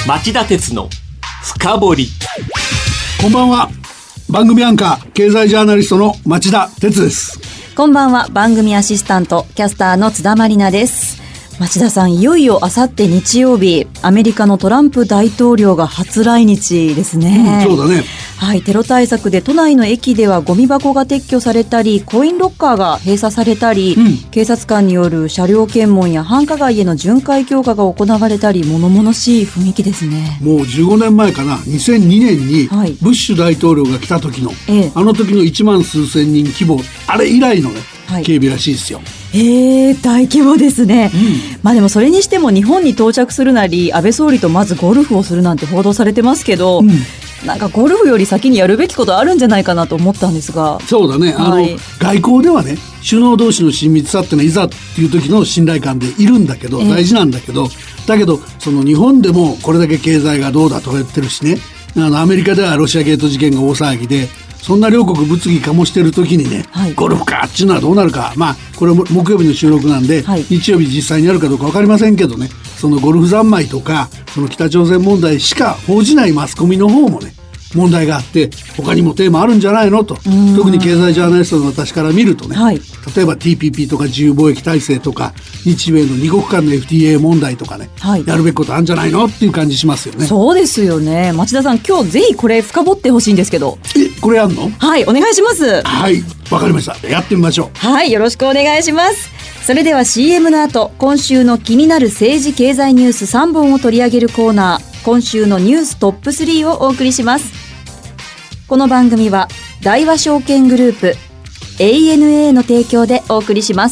町田鉄の深掘り。 こんばんは。番組アンカー経済ジャーナリストの町田鉄です。 こんばんは。番組アシスタントキャスターの津田まりなです。町田さん、いよいよあさって日曜日、アメリカのトランプ大統領が初来日ですね。 そうだね。 はい、テロ対策で都内の駅ではゴミ箱が撤去されたり、コインロッカーが閉鎖されたり、警察官による車両検問や繁華街への巡回強化が行われたり、物々しい雰囲気ですね。 もう15年前かな、2002年にブッシュ大統領が来た時の、あの時の1万数千人規模、あれ以来のね、警備らしいですよ。 大規模ですね。まあでもそれにしても日本に到着するなり、安倍総理とまずゴルフをするなんて報道されてますけど、なんかゴルフより先にやるべきことあるんじゃないかなと思ったんですが。 そうだね。外交ではね、首脳同士の親密さってのはいざっていう時の信頼感でいるんだけど、大事なんだけど、その日本でもこれだけ経済がどうだとか言ってるしね、アメリカではロシアゲート事件が大騒ぎで、そんな両国物議醸してる時にね、ゴルフかっていうのはどうなるか、まあこれも木曜日の収録なんで、日曜日実際にやるかどうか分かりませんけどね、そのゴルフ三昧とかその北朝鮮問題しか報じないマスコミの方もね、問題があって他にもテーマあるんじゃないのと、特に経済ジャーナリストの私から見るとね、例えば TPP とか自由貿易体制とか日米の2国間の FTA 問題とかね、やるべきことあるんじゃないのっていう感じしますよね。 そうですよね。町田さん、今日ぜひこれ深掘ってほしいんですけど。 これやんの？ はい、お願いします。 はい、わかりました。やってみましょう。 はい、よろしくお願いします。それでは CM の後、今週の気になる政治経済ニュース3本を取り上げるコーナー、今週のニューストップ3をお送りします。この番組は大和証券グループ ANA の提供でお送りします。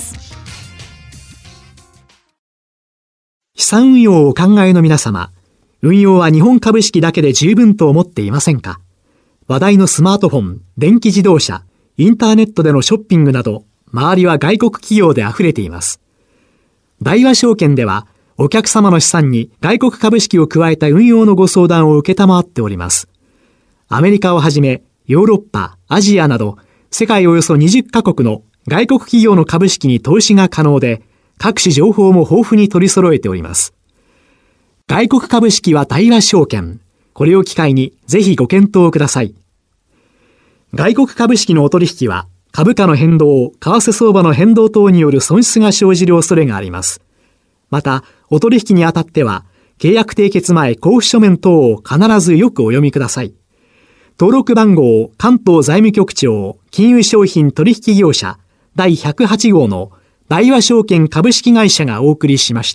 資産運用をお考えの皆様、運用は日本株式だけで十分と思っていませんか？話題のスマートフォン、電気自動車、インターネットでのショッピングなど、周りは外国企業で溢れています。大和証券では、お客様の資産に外国株式を加えた運用のご相談を受けたまわっております。アメリカをはじめ、ヨーロッパ、アジアなど、世界およそ20カ国の外国企業の株式に投資が可能で、各種情報も豊富に取り揃えております。外国株式は大和証券。これを機会にぜひご検討ください。外国株式のお取引は、株価の変動、為替相場の変動等による損失が生じる恐れがあります。また、お取引にあたっては、契約締結前交付書面等を必ずよくお読みください。登録番号関東財務局長金融商品取引業者第108号の大和証券株式会社がお送りしました。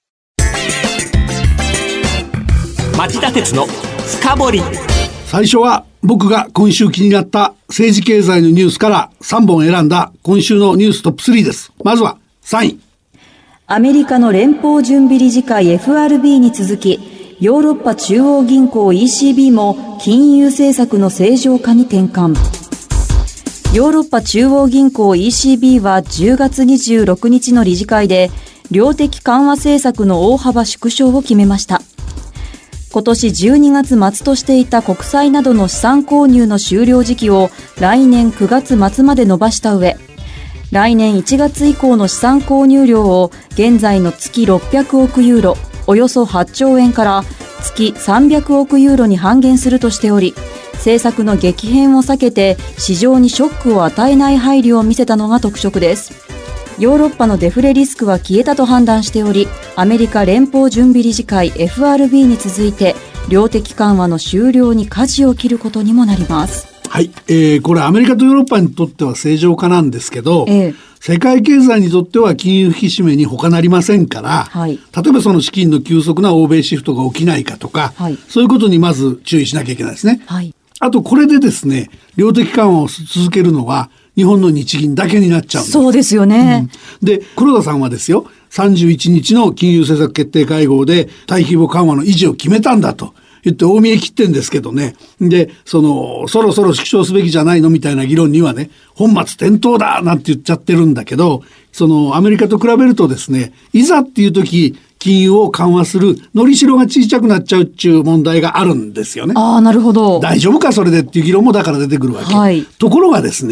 町田鉄の深掘り。 最初は僕が今週気になった政治経済のニュースから3本選んだ今週のニューストップ3です。まずは3位。 アメリカの連邦準備理事会 FRB に続き、ヨーロッパ中央銀行 ECB も金融政策の正常化に転換。ヨーロッパ中央銀行 ECB は10月26日の理事会で量的緩和政策の大幅縮小を決めました。今年12月末としていた国債などの資産購入の終了時期を来年9月末まで延ばした上、来年1月以降の資産購入量を現在の月600億ユーロ、およそ8兆円から月300億ユーロに半減するとしており、政策の激変を避けて市場にショックを与えない配慮を見せたのが特色です。ヨーロッパのデフレリスクは消えたと判断しており、アメリカ連邦準備理事会 FRB に続いて量的緩和の終了に舵を切ることにもなります。 はい、これアメリカとヨーロッパにとっては正常化なんですけど、世界経済にとっては金融引き締めに他なりませんから、例えばその資金の急速な欧米シフトが起きないかとか、そういうことにまず注意しなきゃいけないですね。あとこれでですね、量的緩和を続けるのは日本の日銀だけになっちゃうんです。 そうですよね。 で、黒田さんはですよ、31日の金融政策決定会合で大規模緩和の維持を決めたんだと言って大見え切ってんですけどね。で、そろそろ縮小すべきじゃないのみたいな議論にはね、本末転倒だなんて言っちゃってるんだけど、アメリカと比べるとですね、いざっていう時、金融を緩和するのりしろが小さくなっちゃうっていう問題があるんですよね。 なるほど。 大丈夫かそれでっていう議論もだから出てくるわけ。ところがですね、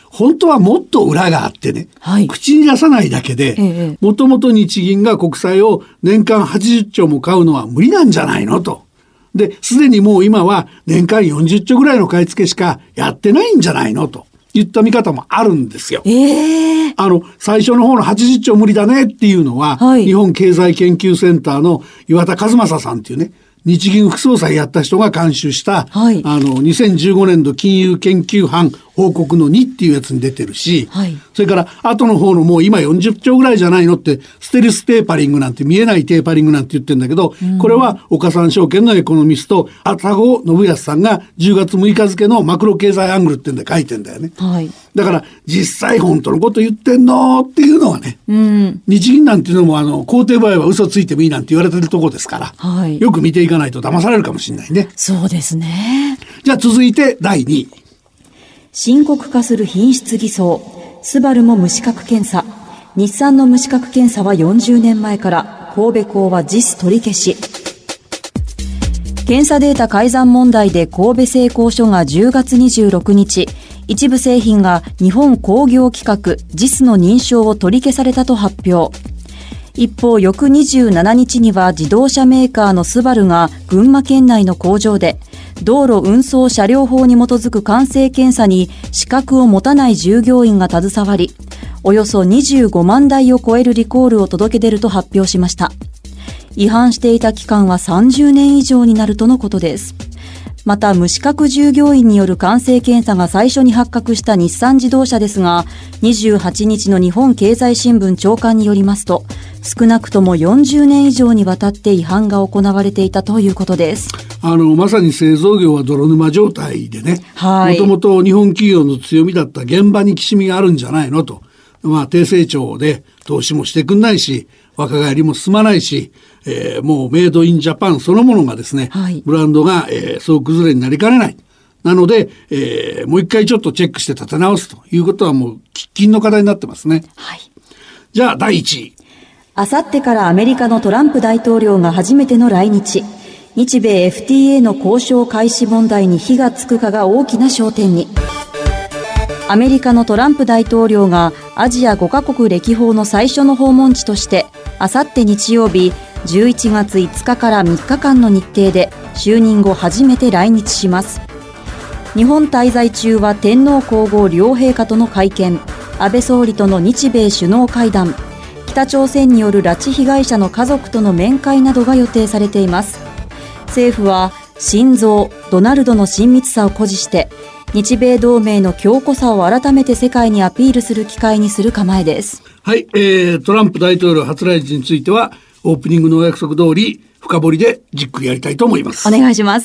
本当はもっと裏があってね、 はい、 口に出さないだけで、もともと日銀が国債を年間80兆も買うのは無理なんじゃないのと。で、すでにもう今は年間40兆ぐらいの買い付けしかやってないんじゃないのといった見方もあるんですよ。最初の方の80兆無理だねっていうのは、はい、日本経済研究センターの岩田和正さんっていうね、日銀副総裁やった人が監修した、はい、2015年度金融研究班報告の2っていうやつに出てるし、はい、それから後の方のもう今40兆ぐらいじゃないのってステルステーパリングなんて見えないテーパリングなんて言ってるんだけど、これは岡三証券のエコノミスト田子信康さんが10月6日付のマクロ経済アングルってんで書いてんだよね、はい、だから実際本当のこと言ってんのっていうのはね、日銀なんていうのも肯定場合は嘘ついてもいいなんて言われてるとこですから、はい、よく見ていかないと騙されるかもしれないね。 そうですね。 じゃあ続いて第2位。 深刻化する品質偽装。スバルも無資格検査。日産の無資格検査は40年前から、神戸港は実取り消し。検査データ改ざん問題で神戸製鋼所が10月26日、一部製品が日本工業規格JISの認証を取り消されたと発表。一方、翌27日には自動車メーカーのスバルが群馬県内の工場で道路運送車両法に基づく管制検査に資格を持たない従業員が携わり、およそ25万台を超えるリコールを届け出ると発表しました。違反していた期間は30年以上になるとのことです。また無資格従業員による管制検査が最初に発覚した日産自動車ですが、28日の日本経済新聞長官によりますと、少なくとも40年以上にわたって違反が行われていたということです。 まさに製造業は泥沼状態でね、もともと日本企業の強みだった現場にきしみがあるんじゃないのと、低成長で投資もしてくんないし、若返りも進まないし、もうメイドインジャパンそのものがですね、はい、ブランドが、総崩れになりかねない。なので、もう一回ちょっとチェックして立て直すということはもう喫緊の課題になってますね。はい、じゃあ第1位。 あさってからアメリカのトランプ大統領が初めての来日。日米 FTA の交渉開始問題に火がつくかが大きな焦点に。アメリカのトランプ大統領がアジア5カ国歴訪の最初の訪問地として、あさって日曜日11月5日から3日間の日程で就任後初めて来日します。日本滞在中は天皇皇后両陛下との会見、安倍総理との日米首脳会談、北朝鮮による拉致被害者の家族との面会などが予定されています。政府はシンゾー、ドナルドの親密さを誇示して日米同盟の強固さを改めて世界にアピールする機会にする構えです。 はい、トランプ大統領初来日についてはオープニングのお約束通り深掘りでじっくりやりたいと思います。 お願いします。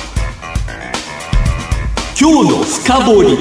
今日の深掘り。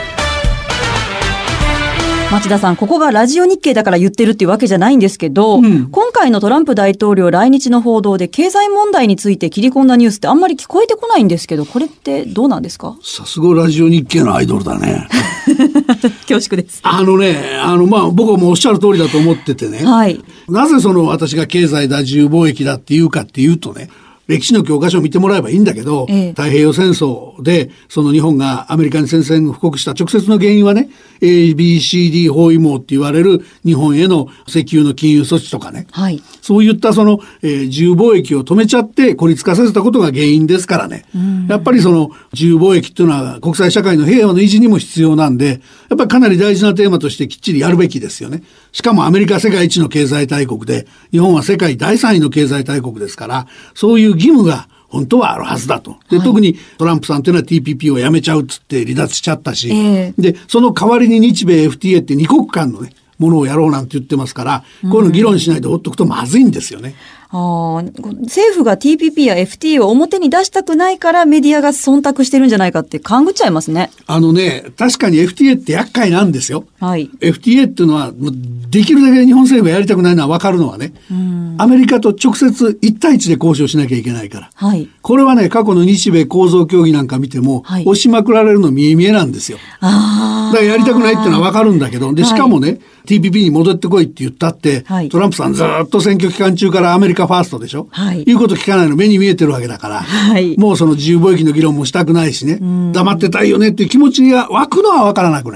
町田さん、ここがラジオ日経だから言ってるっていうわけじゃないんですけど、今回のトランプ大統領来日の報道で経済問題について切り込んだニュースってあんまり聞こえてこないんですけど、これってどうなんですか？ さすがラジオ日経のアイドルだね。 恐縮です。 僕はもうおっしゃる通りだと思っててね、はい、なぜ私が経済だ自由貿易だっていうかっていうとね、歴史の教科書を見てもらえばいいんだけど、太平洋戦争で日本がアメリカに宣戦布告した直接の原因はね、ABCD 包囲網って言われる日本への石油の禁輸措置とかね、はい、そういった自由貿易を止めちゃって孤立化させたことが原因ですからね、やっぱり自由貿易っていうのは国際社会の平和の維持にも必要なんで、やっぱりかなり大事なテーマとしてきっちりやるべきですよね。しかもアメリカ世界一の経済大国で、日本は世界第3位の経済大国ですから、そういう義務が本当はあるはずだと。で、特にトランプさんというのは TPP をやめちゃうっつって離脱しちゃったし、で、その代わりに日米 FTA って2国間のね、ものをやろうなんて言ってますから、こういうの議論しないでほっとくとまずいんですよね。 政府が TPP や FTA を表に出したくないからメディアが忖度してるんじゃないかって勘ぐっちゃいますね。 確かに FTA って厄介なんですよ。はい、FTA っていうのはできるだけ日本政府がやりたくないのは分かるのはね、アメリカと直接1対1で交渉しなきゃいけないから、はい、これはね、過去の日米構造協議なんか見ても、はい、押しまくられるの見え見えなんですよ。だからやりたくないっていうのは分かるんだけど、でしかもね、はい、TPP に戻ってこいって言ったって、はい、トランプさんずっと選挙期間中からアメリカファーストでしょ、はい、言うこと聞かないの目に見えてるわけだから、はい、もう自由貿易の議論もしたくないしね、黙ってたいよねっていう気持ちが湧くのは分からなくない。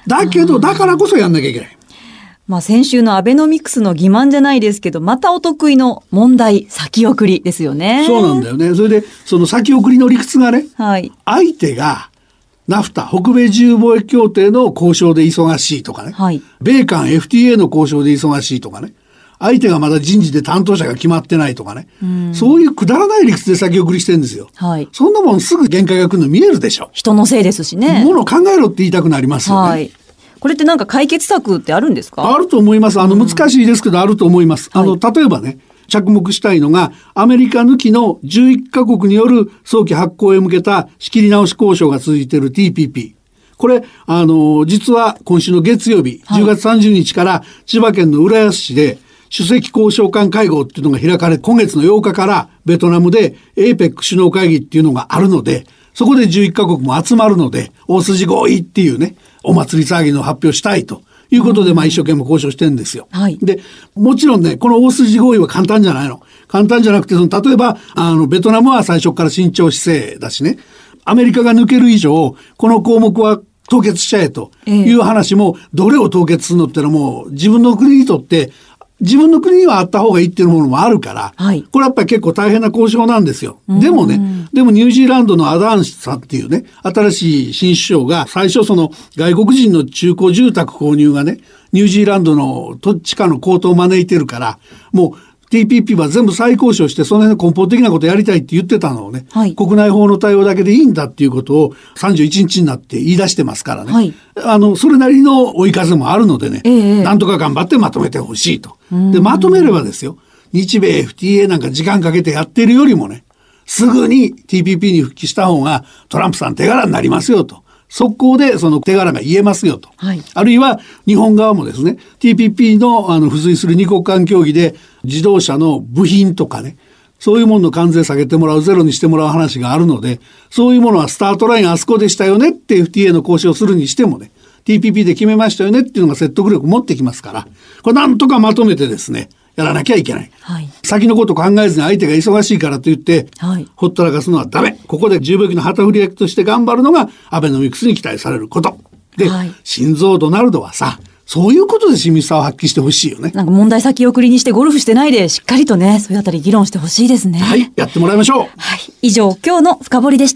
だけど、だからこそやんなきゃいけない。 まあ先週のアベノミクスの欺瞞じゃないですけど、またお得意の問題先送りですよね。 そうなんだよね。それで、その先送りの理屈がね、 はい、 相手が、ナフタ、北米自由貿易協定の交渉で忙しいとかね、 はい、 米韓 FTA の交渉で忙しいとかね、相手がまだ人事で担当者が決まってないとかね、そういうくだらない理屈で先送りしてるんですよ。 はい、 そんなもんすぐ限界が来るの見えるでしょ。 人のせいですしね。 もの考えろって言いたくなりますよね。はい、 これってなんか解決策ってあるんですか？ あると思います。難しいですけどあると思います。例えばね、着目したいのが、アメリカ抜きの11カ国による早期発行へ向けた仕切り直し交渉が続いている TPP。これ、実は今週の月曜日、10月30日から千葉県の浦安市で、首席交渉官会合っていうのが開かれ、今月の8日からベトナムで APEC 首脳会議っていうのがあるので、そこで11カ国も集まるので、大筋合意っていうね、お祭り騒ぎの発表したいということで、一生懸命交渉してるんですよ。 はい、 で、もちろんね、この大筋合意は簡単じゃないの。簡単じゃなくて、例えば、ベトナムは最初から慎重姿勢だしね、アメリカが抜ける以上、この項目は凍結しちゃえという話も、どれを凍結するのってのも、自分の国にとって、自分の国にはあった方がいいっていうものもあるから、 はい、 これやっぱり結構大変な交渉なんですよ。でもニュージーランドのアダーンさんっていうね、新しい新首相が最初その外国人の中古住宅購入がね、ニュージーランドの地価の高騰を招いてるから、もうTPP は全部再交渉してその辺の根本的なことやりたいって言ってたのをね、はい、国内法の対応だけでいいんだっていうことを31日になって言い出してますからね、はい、それなりの追い風もあるのでね、なんとか頑張ってまとめてほしいと。で、まとめればですよ、日米 FTA なんか時間かけてやってるよりもね、すぐに TPP に復帰した方がトランプさん手柄になりますよと。速攻でその手柄が言えますよと、はい、あるいは日本側もですね TPP の付随する二国間協議で自動車の部品とかね、そういうものの関税下げてもらう、ゼロにしてもらう話があるので、そういうものはスタートラインあそこでしたよねって FTA の交渉をするにしてもね、 TPP で決めましたよねっていうのが説得力を持ってきますから、これなんとかまとめてですねやらなきゃいけない、はい、先のこと考えずに相手が忙しいからといって、はい、ほったらかすのはダメ。ここで自分の旗振り役として頑張るのがアベノミクスに期待されることで、はい、心臓ドナルドはさ、そういうことで親密さを発揮してほしいよね。 なんか問題先送りにしてゴルフしてないで、しっかりとね、そういうあたり議論してほしいですね。 はい、やってもらいましょう。 はい、以上今日の深掘りでした。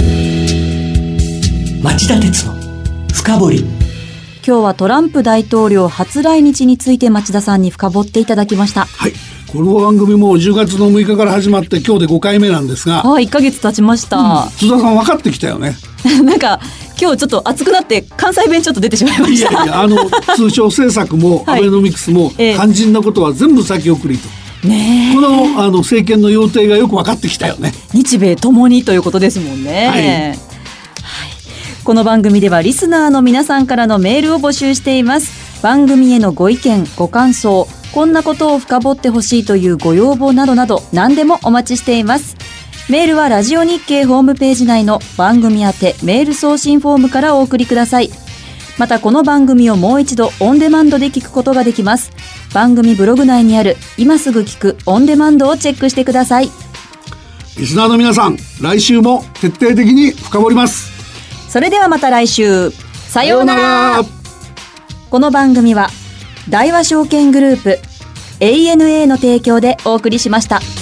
町田鉄の深掘り。 今日はトランプ大統領初来日について町田さんに深掘っていただきました。 はい、この番組も10月の6日から始まって今日で5回目なんですが、 1ヶ月経ちました。 津田さん分かってきたよね。 なんか今日ちょっと熱くなって関西弁ちょっと出てしまいました。 いや通商政策もアベノミクスも肝心なことは全部先送りと、 ね、 この政権の要諦がよく分かってきたよね。 日米ともにということですもんね。はい、この番組ではリスナーの皆さんからのメールを募集しています。番組へのご意見ご感想、こんなことを深掘ってほしいというご要望などなど何でもお待ちしています。メールはラジオ日経ホームページ内の番組宛てメール送信フォームからお送りください。またこの番組をもう一度オンデマンドで聞くことができます。番組ブログ内にある今すぐ聞くオンデマンドをチェックしてください。 リスナーの皆さん、来週も徹底的に深掘ります。 それではまた来週。さようなら。この番組は大和証券グループ ANA の提供でお送りしました。